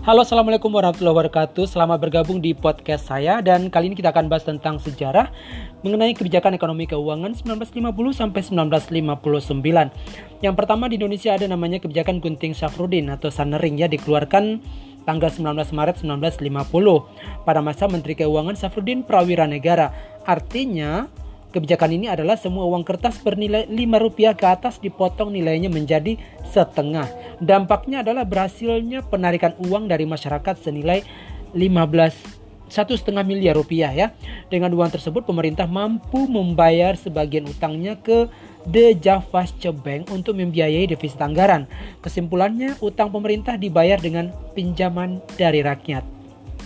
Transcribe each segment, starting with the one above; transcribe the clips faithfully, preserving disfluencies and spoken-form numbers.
Halo, assalamualaikum warahmatullahi wabarakatuh. Selamat bergabung di podcast saya. Dan kali ini kita akan bahas tentang sejarah mengenai kebijakan ekonomi keuangan sembilan belas lima puluh sampai sembilan belas lima puluh sembilan. Yang pertama, di Indonesia ada namanya kebijakan Gunting Safrudin atau Sanering, ya, dikeluarkan tanggal sembilan belas Maret sembilan belas lima puluh pada masa Menteri Keuangan Safrudin Prawiranegara. Artinya kebijakan ini adalah semua uang kertas bernilai lima rupiah ke atas dipotong nilainya menjadi setengah. Dampaknya adalah berhasilnya penarikan uang dari masyarakat senilai lima belas satu setengah miliar rupiah, ya. Dengan uang tersebut pemerintah mampu membayar sebagian utangnya ke The Javaske Bank untuk membiayai defisit anggaran. Kesimpulannya, utang pemerintah dibayar dengan pinjaman dari rakyat.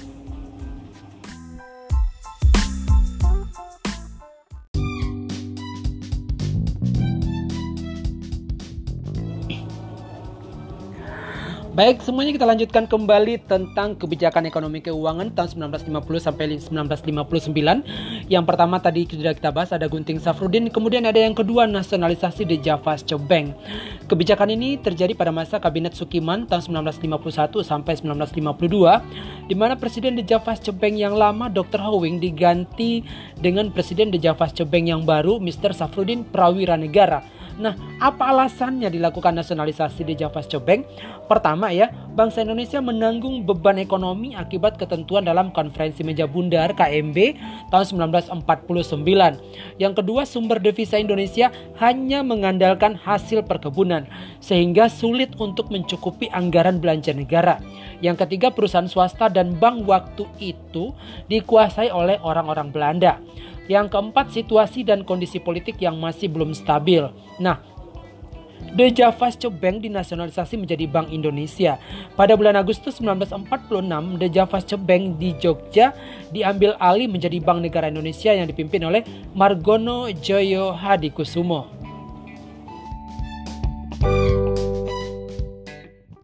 Baik, semuanya kita lanjutkan kembali tentang kebijakan ekonomi keuangan tahun sembilan belas lima puluh sampai sembilan belas lima puluh sembilan. Yang pertama tadi sudah kita bahas, ada Gunting Safrudin, kemudian ada yang kedua nasionalisasi The Javaske Bank. Kebijakan ini terjadi pada masa Kabinet Sukiman tahun sembilan belas lima puluh satu sampai sembilan belas lima puluh dua, di mana Presiden The Javaske Bank yang lama dokter Howing diganti dengan Presiden The Javaske Bank yang baru mister Safrudin Prawiranegara. Nah, apa alasannya dilakukan nasionalisasi The Javaske Bank? Pertama, ya, bangsa Indonesia menanggung beban ekonomi akibat ketentuan dalam Konferensi Meja Bundar K M B tahun sembilan belas empat puluh sembilan. Yang kedua, sumber devisa Indonesia hanya mengandalkan hasil perkebunan, sehingga sulit untuk mencukupi anggaran belanja negara. Yang ketiga, perusahaan swasta dan bank waktu itu dikuasai oleh orang-orang Belanda. Yang keempat, situasi dan kondisi politik yang masih belum stabil. Nah, The Javaske Bank dinasionalisasi menjadi Bank Indonesia. Pada bulan Agustus sembilan belas empat puluh enam, The Javaske Bank di Jogja diambil alih menjadi Bank Negara Indonesia yang dipimpin oleh Margono Djoyo Hadikusumo.